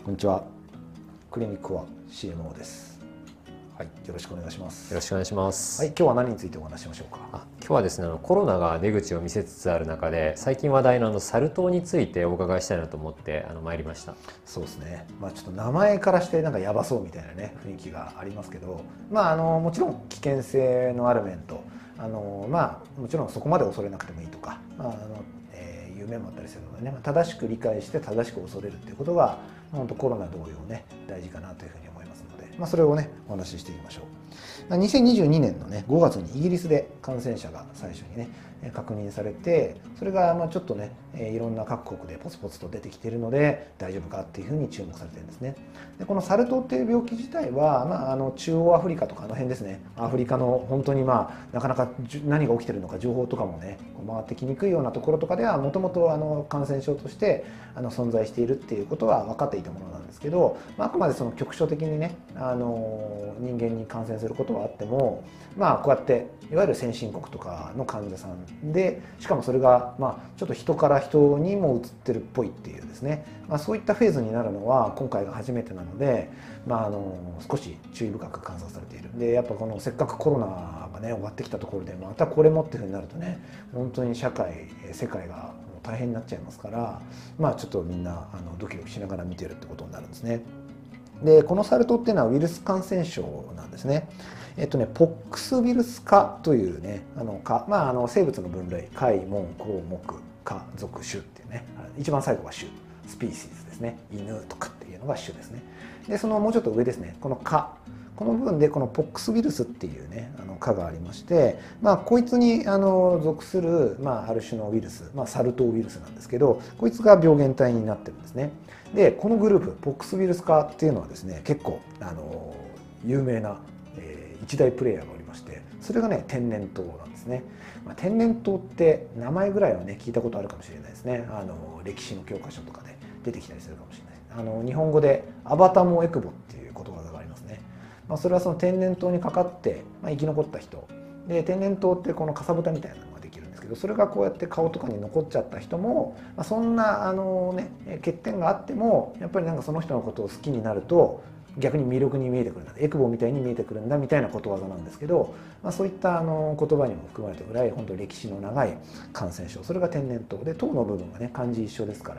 こんにちは。クリニックは CMO です。はい、よろしくお願いします。 よろしくお願いします。 はい、今日は何についてお話ししましょうか。 今日はですね、コロナが出口を見せつつある中で、最近話題のサル痘についてお伺いしたいなと思って参りました。 そうですね。ちょっと名前からしてなんかやばそうみたいなね雰囲気がありますけど、もちろん危険性のある面と、もちろんそこまで恐れなくてもいいとか、いう面もあったりするのでね、正しく理解して正しく恐れるっていうことが本当コロナ同様ね大事かなというふうに思いますので、それをねお話ししていきましょう。2022年のね5月にイギリスで感染者が最初にね確認されて、それがちょっとねいろんな各国でポツポツと出てきているので大丈夫かっていうふうに注目されてるんですね。でこのサル痘っていう病気自体は、中央アフリカとかあの辺ですね、アフリカの本当になかなか何が起きてるのか情報とかもね回ってきにくいようなところとかではもともと感染症として存在しているっていうことは分かっていたものなんですけど、あくまでその局所的にね人間に感染することはあっても、こうやっていわゆる先進国とかの患者さんで、しかもそれがちょっと人から人にも移ってるっぽいっていうですね、そういったフェーズになるのは今回が初めてなので、少し注意深く観察されている。でやっぱこのせっかくコロナがね終わってきたところでまたこれもっていうふうになるとね、本当に世界が大変になっちゃいますから、ちょっとみんなドキドキしながら見てるってことになるんですね。でこのサル痘っていうのはウイルス感染症なんですね。ポックスウイルス科というね生物の分類、貝、門、項目、科、属、種っていうね、一番最後が種、スピーシーズですね。犬とかっていうのが種ですね。でそのもうちょっと上ですね、この科、この部分でこのポックスウイルスっていうね科がありまして、こいつに属する、ある種のウイルス、サル痘ウイルスなんですけど、こいつが病原体になってるんですね。でこのグループポックスウイルス科っていうのはですね、結構有名な、一大プレイヤーがおりまして、それがね天然痘なんですね。天然痘って名前ぐらいはね聞いたことあるかもしれないですね。歴史の教科書とかで出てきたりするかもしれない。日本語でアバタモエクボっていう言葉がありますね。それはその天然痘にかかって、生き残った人で、天然痘ってこのかさぶたみたいなのができるんですけど、それがこうやって顔とかに残っちゃった人も、そんな欠点があってもやっぱりなんかその人のことを好きになると逆に魅力に見えてくるんだ、エクボみたいに見えてくるんだみたいなことわざなんですけど、そういった言葉にも含まれたぐらい本当に歴史の長い感染症、それが天然痘で、痘の部分がね漢字一緒ですから、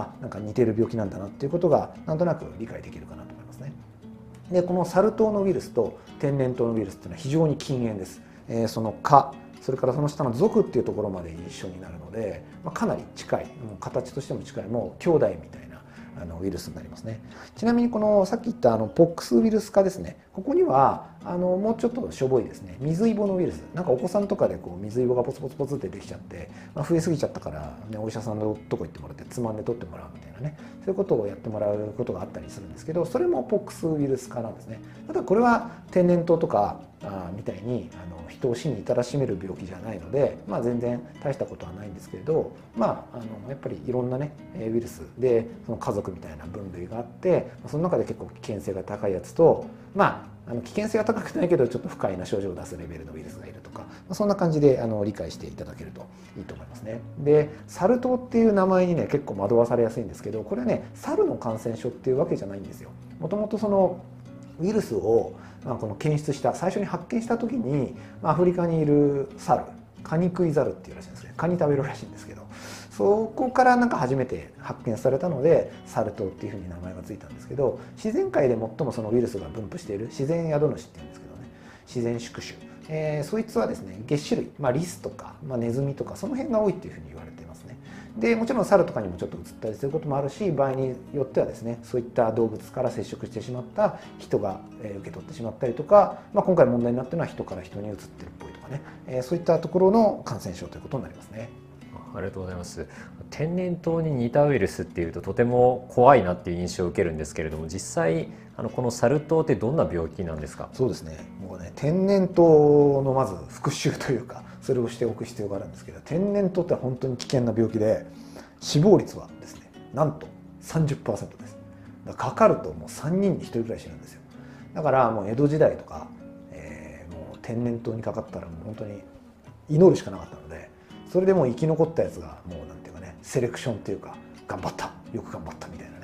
なんか似てる病気なんだなっていうことがなんとなく理解できるかなと思いますね。でこのサル痘のウイルスと天然痘のウイルスっていうのは非常に近縁です。その科、それからその下の属っていうところまで一緒になるので、かなり近い、形としても近い、もう兄弟みたいなウイルスになりますね。ちなみにこのさっき言ったポックスウイルス科ですね、ここにはもうちょっとしょぼいですね、水イボのウイルス、なんかお子さんとかでこう水イボがポツポツポツってできちゃって、増えすぎちゃったから、お医者さんのとこ行ってもらってつまんで取ってもらうみたいなね、そういうことをやってもらうことがあったりするんですけど、それもポックスウイルス科なんですね。ただこれは天然痘とかみたいに人を死に至らしめる病気じゃないので、全然大したことはないんですけれど、やっぱりいろんなねウイルスでその家族みたいな分類があって、その中で結構危険性が高いやつと、危険性が高くないけどちょっと不快な症状を出すレベルのウイルスがいるとか、そんな感じで理解していただけるといいと思いますね。でサル痘っていう名前にね結構惑わされやすいんですけど、これはね猿の感染症っていうわけじゃないんですよ。もともとそのウイルスをこの検出した最初に発見した時に、アフリカにいる猿、カニクイザルっていうらしいんですね。カニ食べるらしいんですけど、そこからなんか初めて発見されたのでサル痘っていうふうに名前がついたんですけど、自然界で最もそのウイルスが分布している自然宿主っていうんですけどね、自然宿主、そいつはですね齧歯類、リスとか、ネズミとかその辺が多いっていうふうに言われていますね。でもちろん猿とかにもちょっと移ったりすることもあるし、場合によってはですねそういった動物から接触してしまった人が受け取ってしまったりとか、今回問題になっているのは人から人に移ってるっぽいとかね、そういったところの感染症ということになりますね。 ありがとうございます。天然痘に似たウイルスっていうととても怖いなっていう印象を受けるんですけれども、実際このサル痘ってどんな病気なんですか？ そうですね、もうね天然痘のまず復習というかそれをしておく必要があるんですけど、天然痘って本当に危険な病気で、死亡率はですねなんと 30% です。だからかかるともう3人に1人ぐらい死ぬんですよ。だからもう江戸時代とか、もう天然痘にかかったらもう本当に祈るしかなかったので、それでもう生き残ったやつがもうなんていうかね、セレクションっていうか、頑張った、よく頑張ったみたいなね、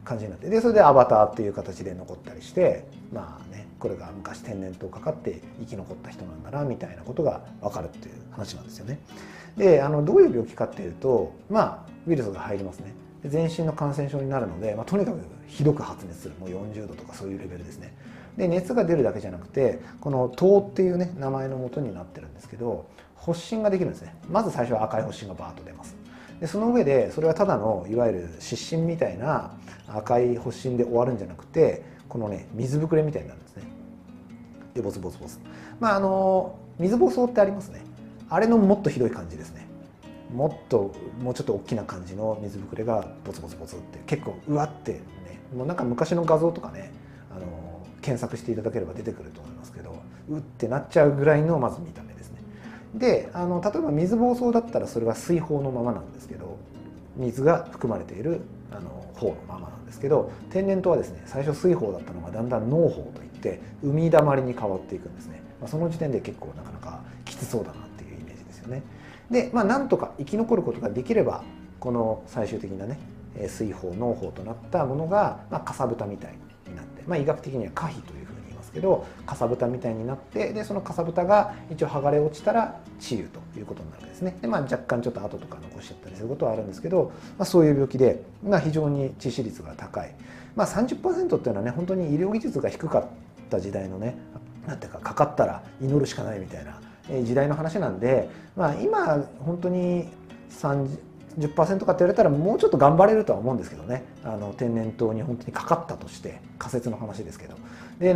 感じになって、でそれでアバターっていう形で残ったりして、まあね、これが昔天然痘かかって生き残った人なんだなみたいなことが分かるっていう話なんですよね。でどういう病気かっていうと、まあウイルスが入りますね。全身の感染症になるので、とにかくひどく発熱する、もう40度とかそういうレベルですね。で熱が出るだけじゃなくて、この痘っていうね名前の元になってるんですけど、発疹ができるんですね。まず最初は赤い発疹がバーッと出ます。でその上でそれはただのいわゆる湿疹みたいな赤い発疹で終わるんじゃなくて、このね水ぶくれみたいになるんですね。でボツボツボツ、水ぼうそうってありますね。あれのもっとひどい感じですね。もうちょっと大きな感じの水ぶくれがボツボツボツって結構うわってね、もうなんか昔の画像とかね、検索していただければ出てくると思いますけど、うってなっちゃうぐらいのまず見た目ですね。で例えば水疱瘡だったらそれは水疱のままなんですけど、水が含まれている疱のままなんですけど、天然痘はですね、最初水疱だったのがだんだん脳疱といって海だまりに変わっていくんですね。その時点で結構なかなかきつそうだなっていうイメージですよね。でなんとか生き残ることができれば、この最終的なね水疱脳疱となったものが、かさぶたみたいになって、医学的にはカヒというふうに言いますけど、かさぶたみたいになって、でそのかさぶたが一応剥がれ落ちたら治癒ということになるわけですね。で若干ちょっと跡とか残しちゃったりすることはあるんですけど、そういう病気で、非常に致死率が高い。30% っていうのはね、本当に医療技術が低かった時代のね、なんていうか、かかったら祈るしかないみたいな時代の話なんで、今本当に10% かって言われたらもうちょっと頑張れるとは思うんですけどね。天然痘に本当にかかったとして、仮説の話ですけど、で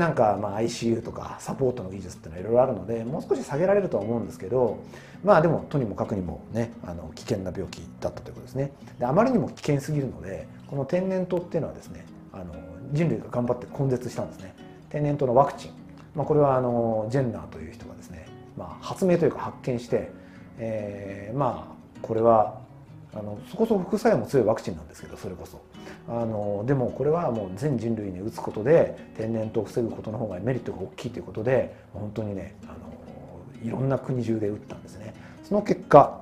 ICU とかサポートの技術っていうのはいろいろあるので、もう少し下げられるとは思うんですけど、でもとにもかくにもね、危険な病気だったということですね。であまりにも危険すぎるので、この天然痘っていうのはですね、人類が頑張って根絶したんですね。天然痘のワクチン、これはジェンナーという人がですね、発明というか発見して、これはそこそこ副作用も強いワクチンなんですけど、それこそでもこれはもう全人類に打つことで天然痘を防ぐことの方がメリットが大きいということで、本当にねいろんな国中で打ったんですね。その結果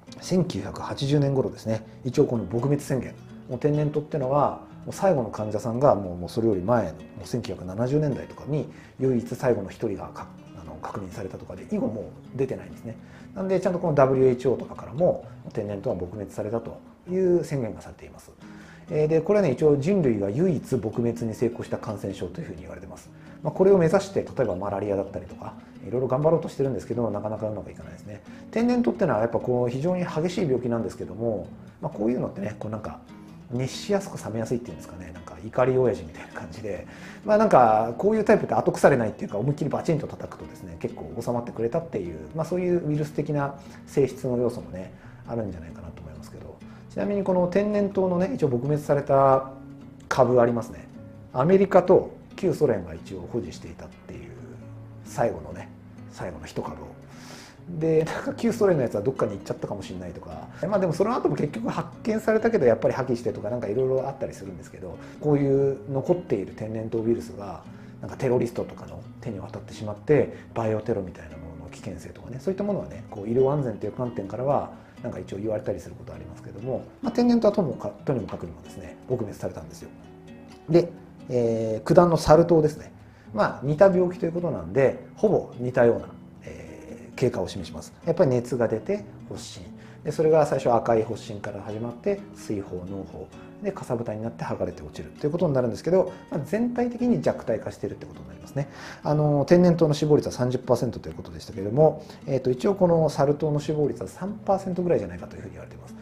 1980年頃ですね、一応この撲滅宣言、もう天然痘っていうのはもう最後の患者さんがもうそれより前のもう1970年代とかに唯一最後の一人が確認されたとかで、以後もう出てないんですね。なんでちゃんとこの WHO とかからも天然痘は撲滅されたという宣言がされています。でこれはね、一応人類が唯一撲滅に成功した感染症というふうに言われてます。これを目指して例えばマラリアだったりとかいろいろ頑張ろうとしてるんですけど、なかなかうまくいかないですね。天然痘っていうのはやっぱこう非常に激しい病気なんですけども、こういうのってね、こうなんか熱しやすく冷めやすいっていうんですかね、なんか怒り親父みたいな感じで、なんかこういうタイプって後腐れないっていうか、思いっきりバチンと叩くとですね、結構収まってくれたっていう、そういうウイルス的な性質の要素もねあるんじゃないかなと思いますけど、ちなみにこの天然痘のね一応撲滅された株ありますね。アメリカと旧ソ連が一応保持していたっていう最後の一株を。でなんか旧ソ連のやつはどっかに行っちゃったかもしれないとか、でもその後も結局発見されたけどやっぱり破棄してとか、なんかいろいろあったりするんですけど、こういう残っている天然痘ウイルスがなんかテロリストとかの手に渡ってしまって、バイオテロみたいなものの危険性とかね、そういったものはね、こう医療安全という観点からはなんか一応言われたりすることはありますけども、天然痘はとにもかくにもですね撲滅されたんですよ。で、九段のサル痘ですね、似た病気ということなんで、ほぼ似たような経過を示します。やっぱり熱が出て発疹で、それが最初赤い発疹から始まって水疱脳疱でかさぶたになって剥がれて落ちるということになるんですけど、全体的に弱体化しているということになりますね。天然痘の死亡率は 30% ということでしたけれども、一応このサル痘の死亡率は 3% ぐらいじゃないかというふうに言われています。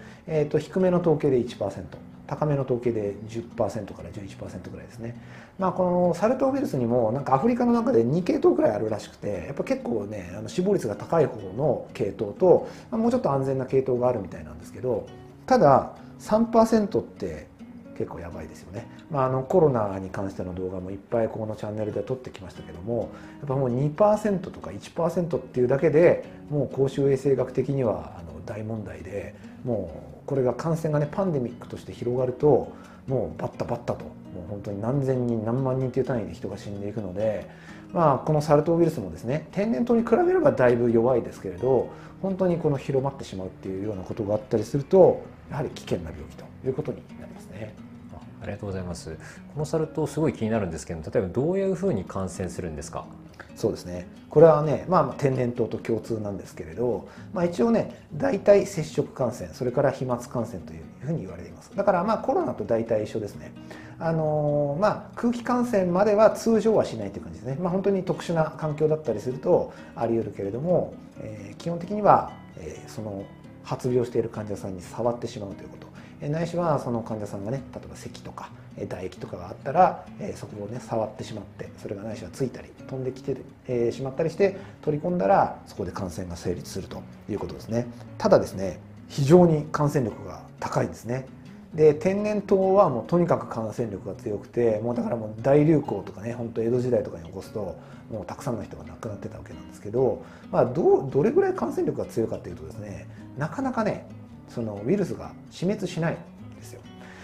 低めの統計で 1%、高めの統計で 10% から 11% ぐらいですね。このサル痘ウイルスにもなんかアフリカの中で2系統くらいあるらしくて、やっぱ結構ね死亡率が高い方の系統と、もうちょっと安全な系統があるみたいなんですけど、ただ 3% って結構やばいですよね。コロナに関しての動画もいっぱいこのチャンネルで撮ってきましたけども、やっぱもう 2% とか 1% っていうだけでもう公衆衛生学的には大問題で、もうこれが感染がねパンデミックとして広がると、もうバッタバッタともう本当に何千人何万人という単位で人が死んでいくので、このサル痘ウイルスもですね、天然痘に比べればだいぶ弱いですけれど、本当にこの広まってしまうっていうようなことがあったりすると、やはり危険な病気ということになりますね。 ありがとうございます。このサル痘すごい気になるんですけど、例えばどういうふうに感染するんですか？ そうですね。これはね、天然痘と共通なんですけれど、一応ね、大体接触感染、それから飛沫感染というふうに言われています。だからコロナと大体一緒ですね。空気感染までは通常はしないという感じですね。本当に特殊な環境だったりするとあり得るけれども、基本的には、その発病している患者さんに触ってしまうということ。ないしはその患者さんがね、例えば咳とか唾液とかがあったら、そこをね触ってしまって、それがないしはついたり飛んできて、しまったりして取り込んだら、そこで感染が成立するということですね。ただですね、非常に感染力が高いんですね。で、天然痘はもうとにかく感染力が強くて、もうだからもう大流行とかね、本当江戸時代とかに起こすともうたくさんの人が亡くなってたわけなんですけど、どれぐらい感染力が強いかというとですね、なかなかね、そのウイルスが死滅しないんですよ。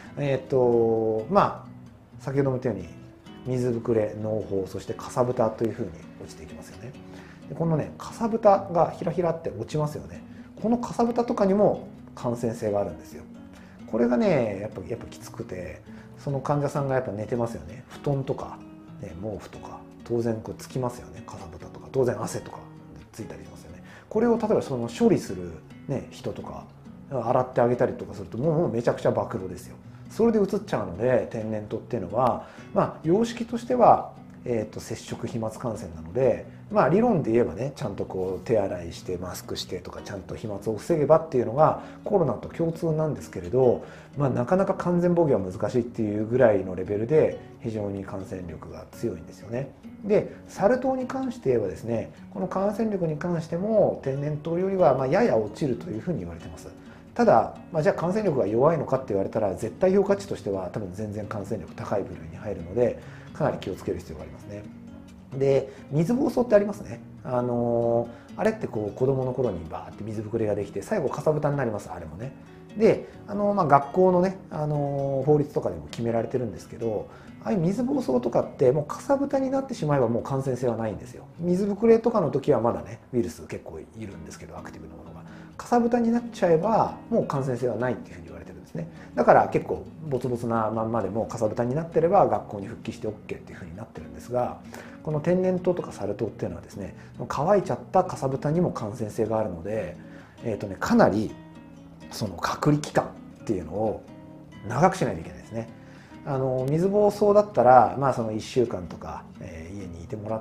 先ほども言ったように水ぶくれ、嚢胞、そしてかさぶたというふうに落ちていきますよね。でこのね、かさぶたがひらひらって落ちますよね。このかさぶたとかにも感染性があるんですよ。これがね、やっぱきつくて、その患者さんがやっぱ寝てますよね。布団とか、ね、毛布とか当然こうつきますよね。かさぶたとか当然汗とかついたりしますよね。これを例えばその処理する、ね、人とか洗ってあげたりとかするともうめちゃくちゃ暴露ですよ。それでうつっちゃうので、天然痘っていうのは様式としては、接触飛沫感染なので、理論で言えばね、ちゃんとこう手洗いしてマスクしてとかちゃんと飛沫を防げばっていうのがコロナと共通なんですけれど、なかなか完全防御は難しいっていうぐらいのレベルで非常に感染力が強いんですよね。で、サル痘に関して言えばですね、この感染力に関しても天然痘よりはやや落ちるというふうに言われてます。ただ、じゃあ感染力が弱いのかって言われたら、絶対評価値としては多分全然感染力高い部類に入るので、かなり気をつける必要がありますね。で、水疱瘡ってありますね。あれってこう子供の頃にバーって水ぶくれができて、最後かさぶたになります、あれもね。で、学校のね、法律とかでも決められてるんですけど、ああいう水疱瘡とかってもうかさぶたになってしまえばもう感染性はないんですよ。水ぶくれとかの時はまだね、ウイルス結構いるんですけど、アクティブなものが。かさぶたになっちゃえばもう感染性はないっていうふうに言われてるんですね。だから結構ボツボツなまんまでもかさぶたになってれば学校に復帰して OK っていうふうになってるんですが、この天然痘とかサル痘っていうのはですね、乾いちゃったかさぶたにも感染性があるので、かなりその隔離期間っていうのを長くしないといけないですね。水疱瘡だったら、その1週間とか、家にいてもらって、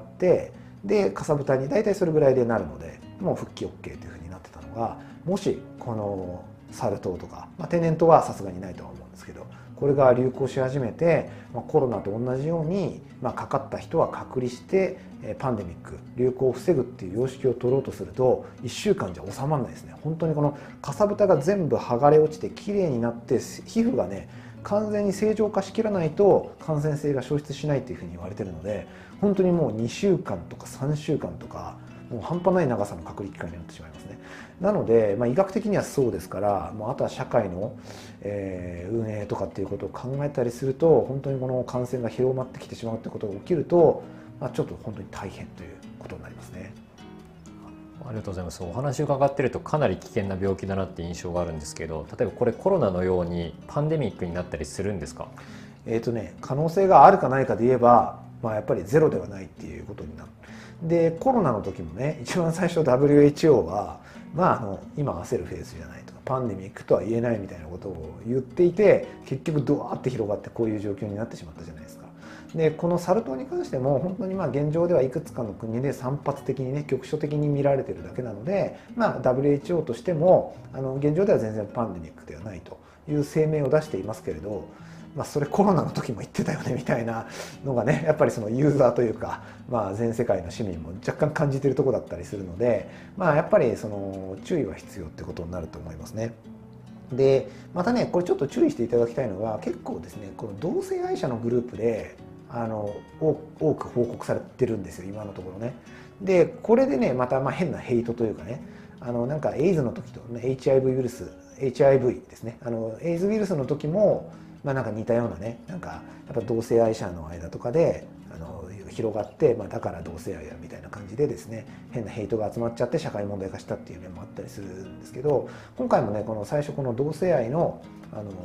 でかさぶたに大体それぐらいでなるので、もう復帰 OK というふうになってたのが、もしこのサル痘とか、天然痘はさすがにないとは思うんですけど、これが流行し始めて、コロナと同じように、かかった人は隔離してパンデミック流行を防ぐっていう様式を取ろうとすると1週間じゃ収まらないですね。本当にこのかさぶたが全部剥がれ落ちてきれいになって、皮膚がね完全に正常化しきらないと感染性が消失しないというふうに言われてるので、本当にもう2週間とか3週間とかもう半端ない長さの隔離期間になってしまいますね。なので、医学的にはそうですから、もうあとは社会の、運営とかっていうことを考えたりすると、本当にこの感染が広まってきてしまうってことが起きると、ちょっと本当に大変ということになりますね。 ありがとうございます。お話伺ってるとかなり危険な病気だなって印象があるんですけど、例えばこれコロナのようにパンデミックになったりするんですか？ 可能性があるかないかで言えば、やっぱりゼロではないっていうことになる。で、コロナの時もね、一番最初 WHO は、今焦るフェーズじゃないとか、パンデミックとは言えないみたいなことを言っていて、結局ドワーって広がってこういう状況になってしまったじゃないですか。で、このサル痘に関しても本当に現状ではいくつかの国で散発的にね、局所的に見られてるだけなので、WHO としても現状では全然パンデミックではないという声明を出していますけれど、それコロナの時も言ってたよねみたいなのがね、やっぱりそのユーザーというか、全世界の市民も若干感じているところだったりするので、やっぱりその注意は必要ってことになると思いますね。で、またね、これちょっと注意していただきたいのが、結構ですね、この同性愛者のグループで多く報告されてるんですよ、今のところね。で、これでね、また変なヘイトというかね、なんかエイズの時と、ね、HIV ウイルス、HIV ですね、エイズウイルスの時も、なんか似たようなね、なんかやっぱ同性愛者の間とかで広がって、だから同性愛やみたいな感じでですね、変なヘイトが集まっちゃって社会問題化したっていう面もあったりするんですけど、今回もね、この最初この同性愛の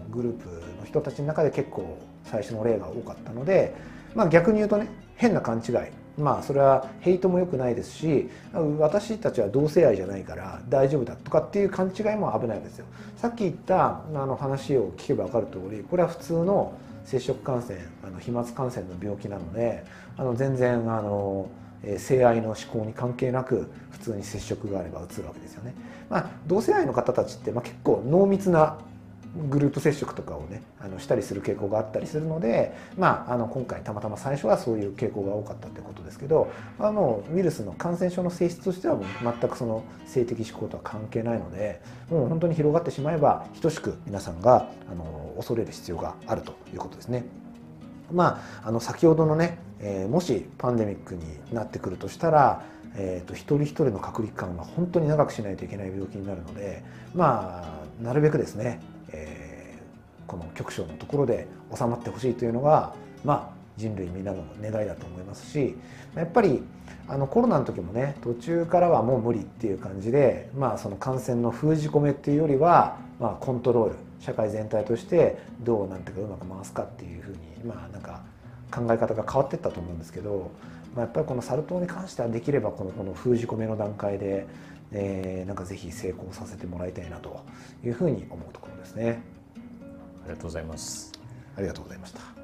グループの人たちの中で結構最初の例が多かったので、逆に言うとね、変な勘違い、それはヘイトも良くないですし、私たちは同性愛じゃないから大丈夫だとかっていう勘違いも危ないわけですよ。さっき言った話を聞けば分かる通り、これは普通の接触感染、飛沫感染の病気なので、全然性愛の思考に関係なく普通に接触があればうつるわけですよね。同性愛の方たちって結構濃密なグループ接触とかをねしたりする傾向があったりするので、今回たまたま最初はそういう傾向が多かったということですけど、もうウイルスの感染症の性質としてはもう全くその性的指向とは関係ないので、もう本当に広がってしまえば等しく皆さんが恐れる必要があるということですね。先ほどのね、もしパンデミックになってくるとしたら、一人一人の隔離期間は本当に長くしないといけない病気になるので、なるべくですね、この局所のところで収まってほしいというのが、人類みんなの願いだと思いますし、やっぱりコロナの時もね、途中からはもう無理っていう感じで、その感染の封じ込めっていうよりは、コントロール、社会全体としてどうなんていうかうまく回すかっていうふうに、なんか考え方が変わっていったと思うんですけど、やっぱりこのサル痘に関してはできればこの封じ込めの段階で、なんかぜひ成功させてもらいたいなというふうに思うところですね。 ありがとうございます。 ありがとうございました。